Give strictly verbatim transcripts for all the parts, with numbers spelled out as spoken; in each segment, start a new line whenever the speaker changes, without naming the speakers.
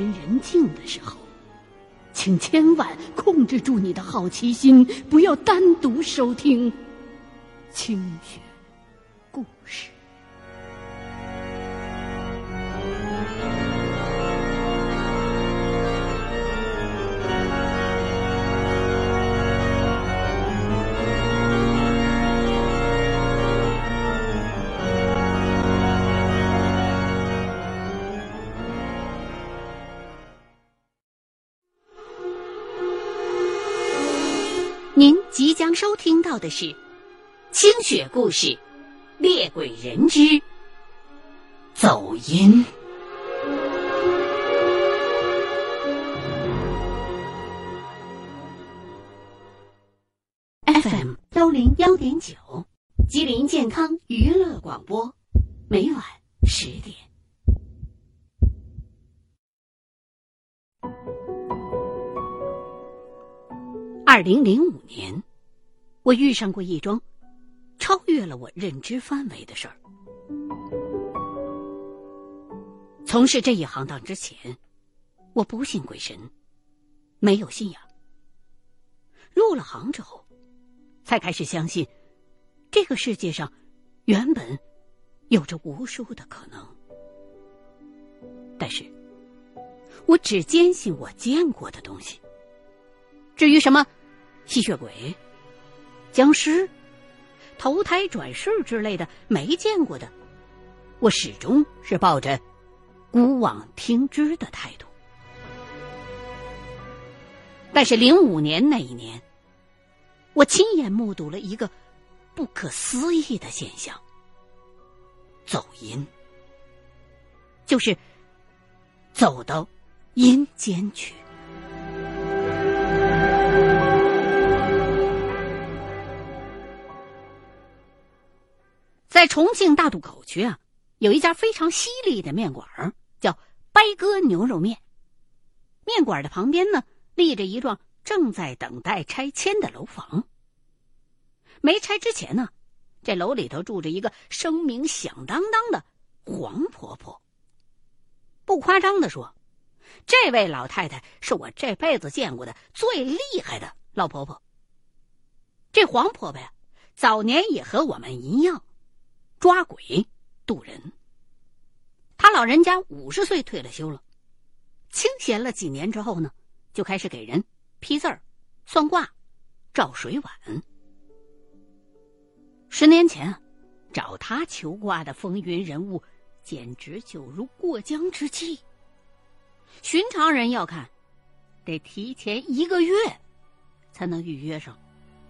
天人静的时候，请千万控制住你的好奇心，不要单独收听清雪故事。您即将收听到的是清雪故事《猎鬼人之走音》。 F M 幺零幺点九，吉林健康娱乐广播，每晚十点。二零零五年，我遇上过一桩超越了我认知范围的事儿。从事这一行当之前，我不信鬼神，没有信仰。入了行之后，才开始相信这个世界上原本有着无数的可能。但是我只坚信我见过的东西，至于什么吸血鬼、僵尸、投胎转世之类的没见过的，我始终是抱着姑妄听之的态度。但是零五年那一年，我亲眼目睹了一个不可思议的现象，走阴，就是走到阴间去。在重庆大渡口区啊，有一家非常犀利的面馆，叫掰哥牛肉面。面馆的旁边呢，立着一幢正在等待拆迁的楼房。没拆之前呢，这楼里头住着一个声名响当当的黄婆婆。不夸张地说，这位老太太是我这辈子见过的最厉害的老婆婆。这黄婆婆呀，早年也和我们一样抓鬼渡人。他老人家五十岁退了休了，清闲了几年之后呢，就开始给人批字儿、算卦、照水碗。十年前找他求卦的风云人物简直就如过江之鲫，寻常人要看得提前一个月才能预约上。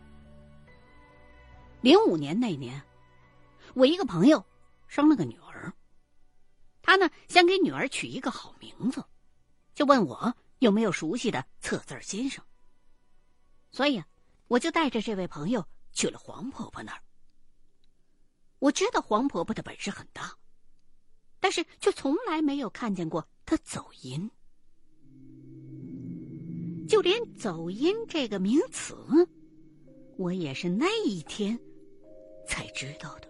零五年那年，我一个朋友生了个女儿，他呢想给女儿取一个好名字，就问我有没有熟悉的测字先生。所以啊，我就带着这位朋友去了黄婆婆那儿。我知道黄婆婆的本事很大，但是却从来没有看见过她走阴。就连走阴这个名词，我也是那一天才知道的。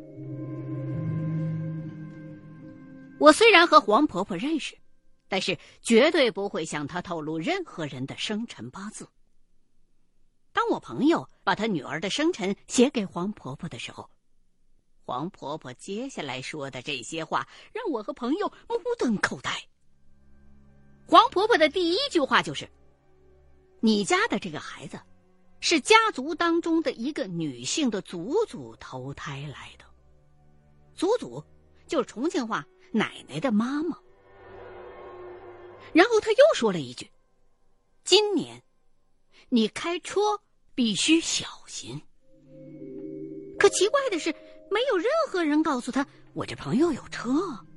我虽然和黄婆婆认识，但是绝对不会向她透露任何人的生辰八字。当我朋友把她女儿的生辰写给黄婆婆的时候，黄婆婆接下来说的这些话让我和朋友目瞪口呆。黄婆婆的第一句话就是：你家的这个孩子是家族当中的一个女性的祖祖投胎来的。祖祖就是重庆话奶奶的妈妈。然后她又说了一句：今年你开车必须小心。可奇怪的是，没有任何人告诉她我这朋友有车。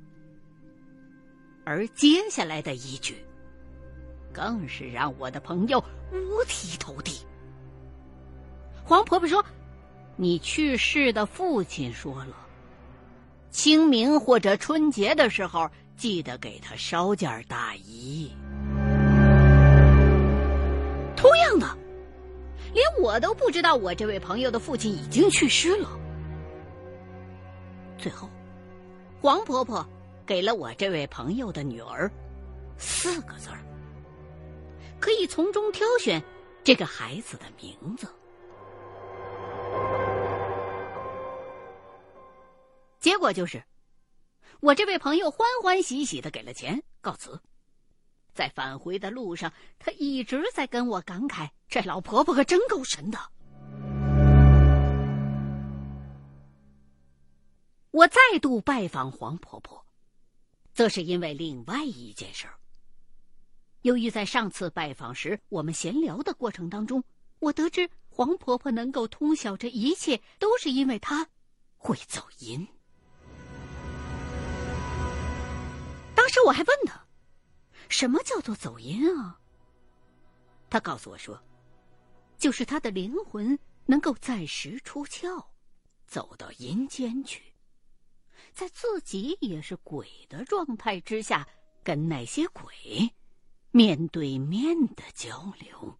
而接下来的一句更是让我的朋友五体投地。黄婆婆说：你去世的父亲说了，清明或者春节的时候记得给他烧件大衣。同样的，连我都不知道我这位朋友的父亲已经去世了。最后，黄婆婆给了我这位朋友的女儿四个字儿，可以从中挑选这个孩子的名字。结果就是，我这位朋友欢欢喜喜地给了钱，告辞。在返回的路上，他一直在跟我感慨，这老婆婆可真够神的。我再度拜访黄婆婆，则是因为另外一件事儿。由于在上次拜访时我们闲聊的过程当中，我得知黄婆婆能够通晓这一切，都是因为她会走音。当时我还问她，什么叫做走音啊？她告诉我说，就是她的灵魂能够暂时出窍，走到阴间去，在自己也是鬼的状态之下，跟那些鬼面对面的交流。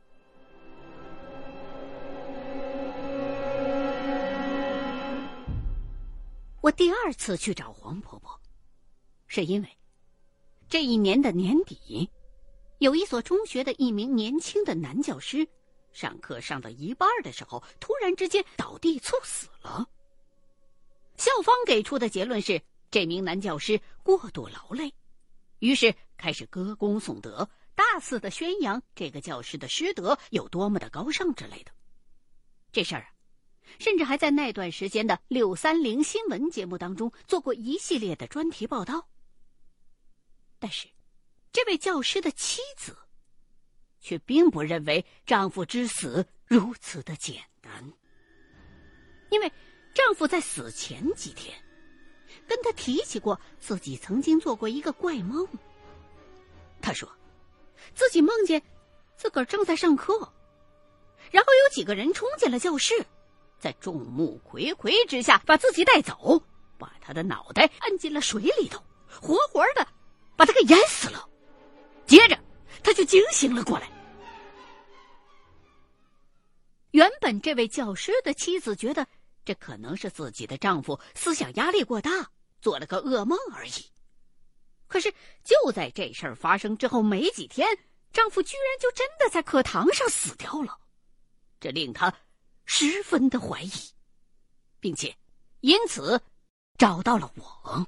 我第二次去找黄婆婆，是因为这一年的年底，有一所中学的一名年轻的男教师，上课上到一半的时候，突然之间倒地猝死了。校方给出的结论是，这名男教师过度劳累，于是开始歌功颂德，大肆的宣扬这个教师的师德有多么的高尚之类的。这事儿啊，甚至还在那段时间的六三零新闻节目当中做过一系列的专题报道。但是这位教师的妻子却并不认为丈夫之死如此的简单，因为丈夫在死前几天跟她提起过自己曾经做过一个怪梦。她说自己梦见自个儿正在上课，然后有几个人冲进了教室，在众目睽睽之下把自己带走，把她的脑袋按进了水里头，活活的把她给淹死了。接着她就惊醒了过来。原本这位教师的妻子觉得这可能是自己的丈夫思想压力过大，做了个噩梦而已。可是就在这事儿发生之后没几天，丈夫居然就真的在课堂上死掉了，这令她十分的怀疑，并且因此找到了我。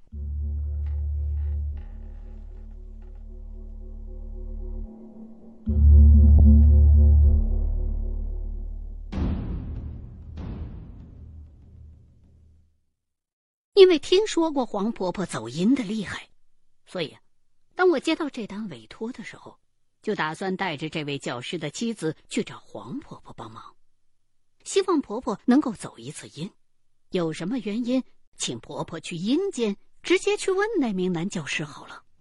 因为听说过黄婆婆走阴的厉害，所以当我接到这单委托的时候，就打算带着这位教师的妻子去找黄婆婆帮忙，希望婆婆能够走一次阴，有什么原因请婆婆去阴间直接去问那名男教师好了。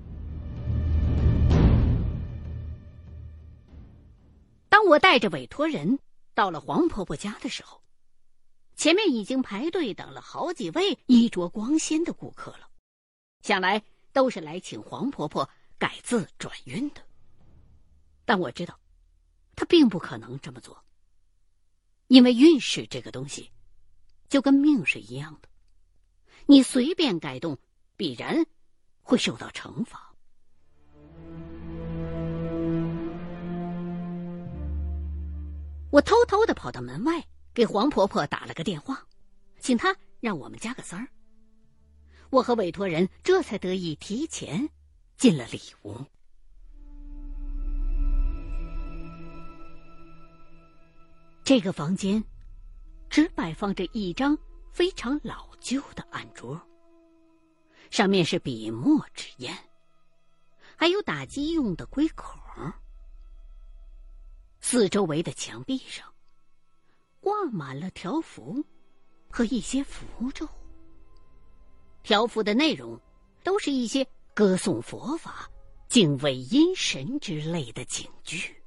当我带着委托人到了黄婆婆家的时候，前面已经排队等了好几位衣着光鲜的顾客了，想来都是来请黄婆婆改字转运的。但我知道她并不可能这么做，因为运势这个东西就跟命是一样的，你随便改动必然会受到惩罚。我偷偷地跑到门外给黄婆婆打了个电话，请她让我们加个丝儿。我和委托人这才得以提前进了里屋。这个房间只摆放着一张非常老旧的案桌，上面是笔墨纸砚，还有打击用的龟壳。四周围的墙壁上挂满了条幅和一些符咒，条幅的内容都是一些歌颂佛法、敬畏阴神之类的警句。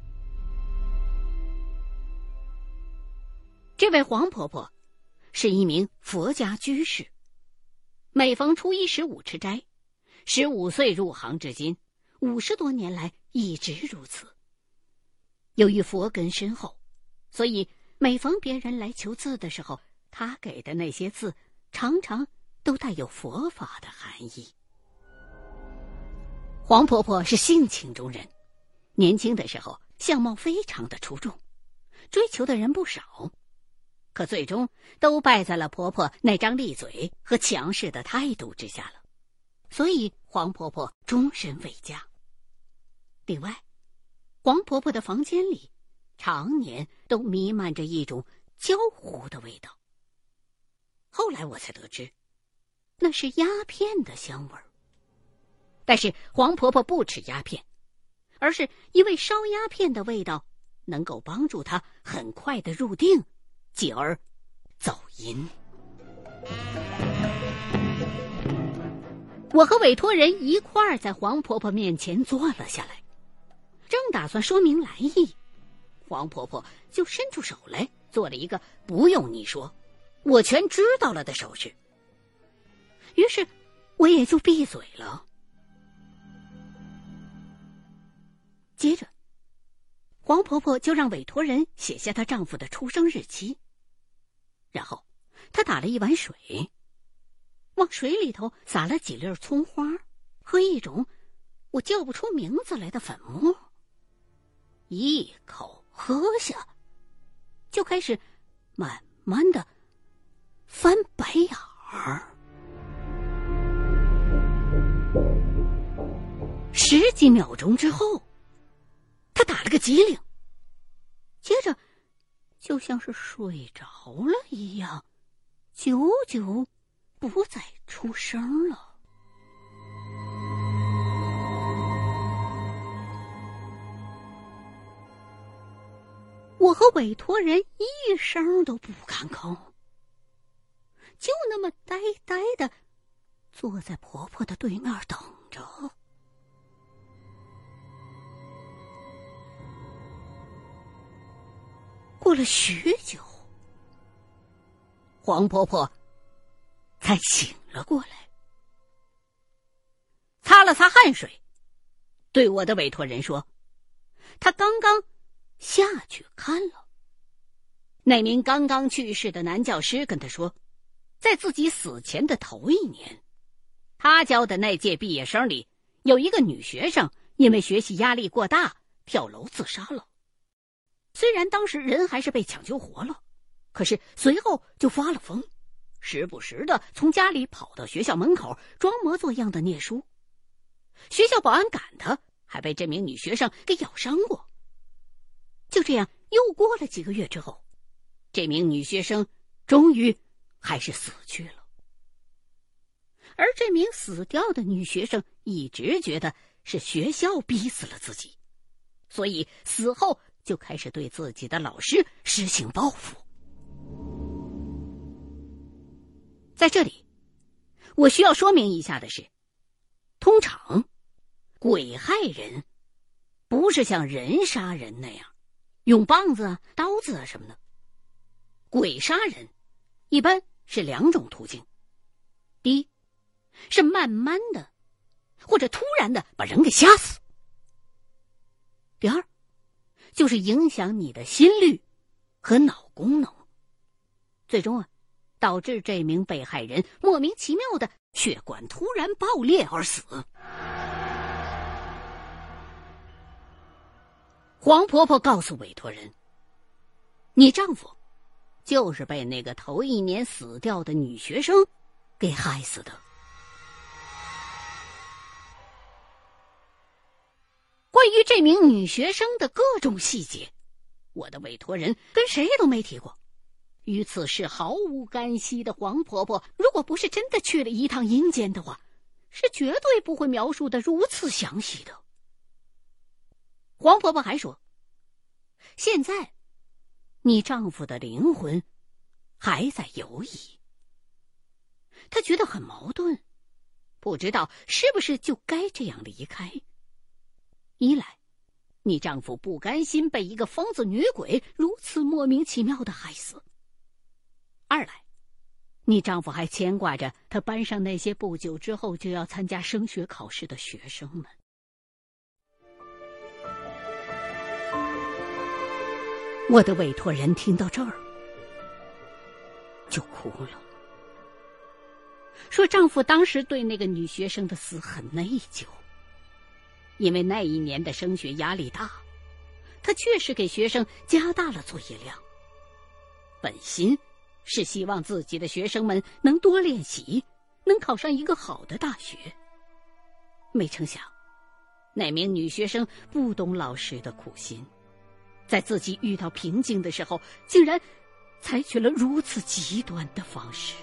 这位黄婆婆是一名佛家居士，每逢初一十五吃斋，十五岁入行至今，五十多年来一直如此。由于佛根深厚，所以每逢别人来求字的时候，他给的那些字常常都带有佛法的含义。 黄婆婆是性情中人，年轻的时候相貌非常的出众，追求的人不少，可最终都败在了婆婆那张利嘴和强势的态度之下了，所以黄婆婆终身未嫁。另外，黄婆婆的房间里常年都弥漫着一种焦糊的味道。后来我才得知，那是鸦片的香味儿。但是黄婆婆不吃鸦片，而是因为烧鸦片的味道能够帮助她很快的入定，继而走阴。我和委托人一块儿在黄婆婆面前坐了下来，正打算说明来意，黄婆婆就伸出手来做了一个不用你说我全知道了的手势，于是我也就闭嘴了。接着黄婆婆就让委托人写下她丈夫的出生日期，然后她打了一碗水，往水里头撒了几粒葱花和一种我叫不出名字来的粉末，一口喝下，就开始慢慢的翻白眼儿。十几秒钟之后，他打了个激灵，接着就像是睡着了一样，久久不再出声了。我和委托人一声都不敢吭，就那么呆呆的坐在婆婆的对面等着。过了许久，黄婆婆才醒了过来，擦了擦汗水，对我的委托人说，她刚刚下去看了。那名刚刚去世的男教师跟她说，在自己死前的头一年，他教的那届毕业生里有一个女学生因为学习压力过大跳楼自杀了。虽然当时人还是被抢救活了，可是随后就发了疯，时不时的从家里跑到学校门口装模作样的念书。学校保安赶他，还被这名女学生给咬伤过。就这样又过了几个月之后，这名女学生终于还是死去了。而这名死掉的女学生一直觉得是学校逼死了自己，所以死后就开始对自己的老师实行报复。在这里，我需要说明一下的是，通常鬼害人不是像人杀人那样用棒子啊、刀子啊什么的。鬼杀人一般是两种途径，第一是慢慢的或者突然的把人给吓死，第二就是影响你的心率和脑功能，最终啊导致这名被害人莫名其妙的血管突然爆裂而死。黄婆婆告诉委托人，你丈夫就是被那个头一年死掉的女学生给害死的。关于这名女学生的各种细节，我的委托人跟谁都没提过。与此事毫无干系的黄婆婆，如果不是真的去了一趟阴间的话，是绝对不会描述的如此详细的。黄婆婆还说，现在你丈夫的灵魂还在游移，她觉得很矛盾，不知道是不是就该这样离开。一来，你丈夫不甘心被一个疯子女鬼如此莫名其妙的害死；二来，你丈夫还牵挂着他班上那些不久之后就要参加升学考试的学生们。我的委托人听到这儿就哭了，说丈夫当时对那个女学生的死很内疚， 因为那一年的升学压力大，他确实给学生加大了作业量。本心是希望自己的学生们能多练习，能考上一个好的大学。没成想，那名女学生不懂老师的苦心，在自己遇到瓶颈的时候，竟然采取了如此极端的方式。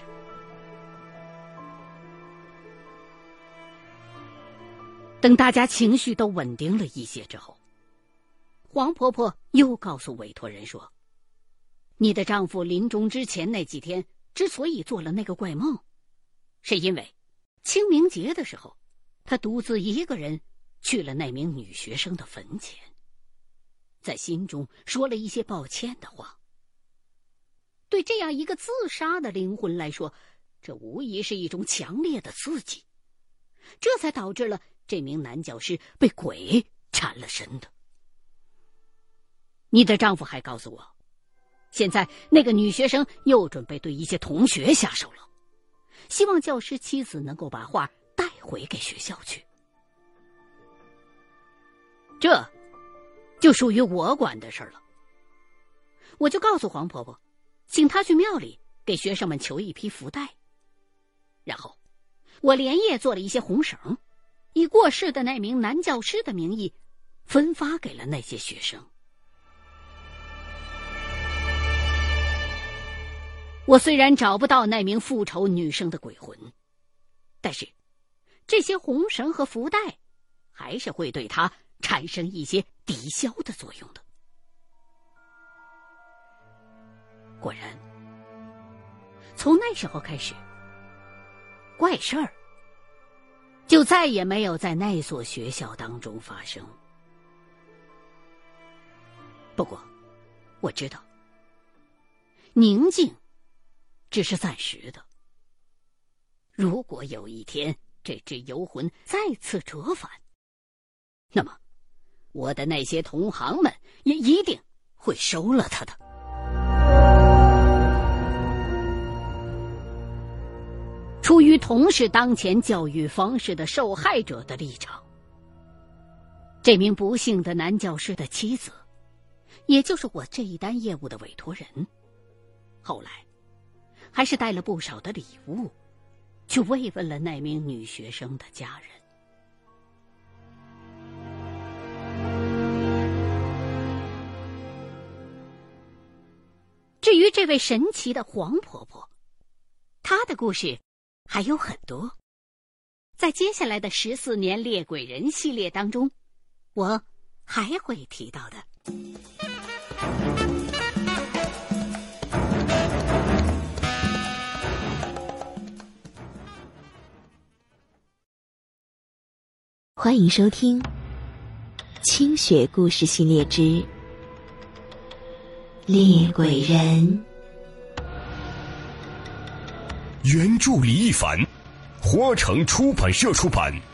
等大家情绪都稳定了一些之后，黄婆婆又告诉委托人说，你的丈夫临终之前那几天之所以做了那个怪梦，是因为清明节的时候，他独自一个人去了那名女学生的坟前，在心中说了一些抱歉的话。对这样一个自杀的灵魂来说，这无疑是一种强烈的刺激，这才导致了这名男教师被鬼缠了身的。你的丈夫还告诉我，现在那个女学生又准备对一些同学下手了，希望教师妻子能够把画带回给学校去。这就属于我管的事儿了。我就告诉黄婆婆，请她去庙里给学生们求一批福袋，然后我连夜做了一些红绳，以过世的那名男教师的名义分发给了那些学生。我虽然找不到那名复仇女生的鬼魂，但是这些红绳和福袋还是会对她产生一些抵消的作用的。果然，从那时候开始，怪事儿就再也没有在那所学校当中发生。不过，我知道，宁静只是暂时的。如果有一天这只游魂再次折返，那么我的那些同行们也一定会收了他的。出于同是当前教育方式的受害者的立场，这名不幸的男教师的妻子，也就是我这一单业务的委托人，后来还是带了不少的礼物去慰问了那名女学生的家人。至于这位神奇的黄婆婆，她的故事还有很多，在接下来的十四年猎鬼人系列当中，我还会提到的。
欢迎收听清雪故事系列之猎鬼人。
原著李一凡，活城出版社出版。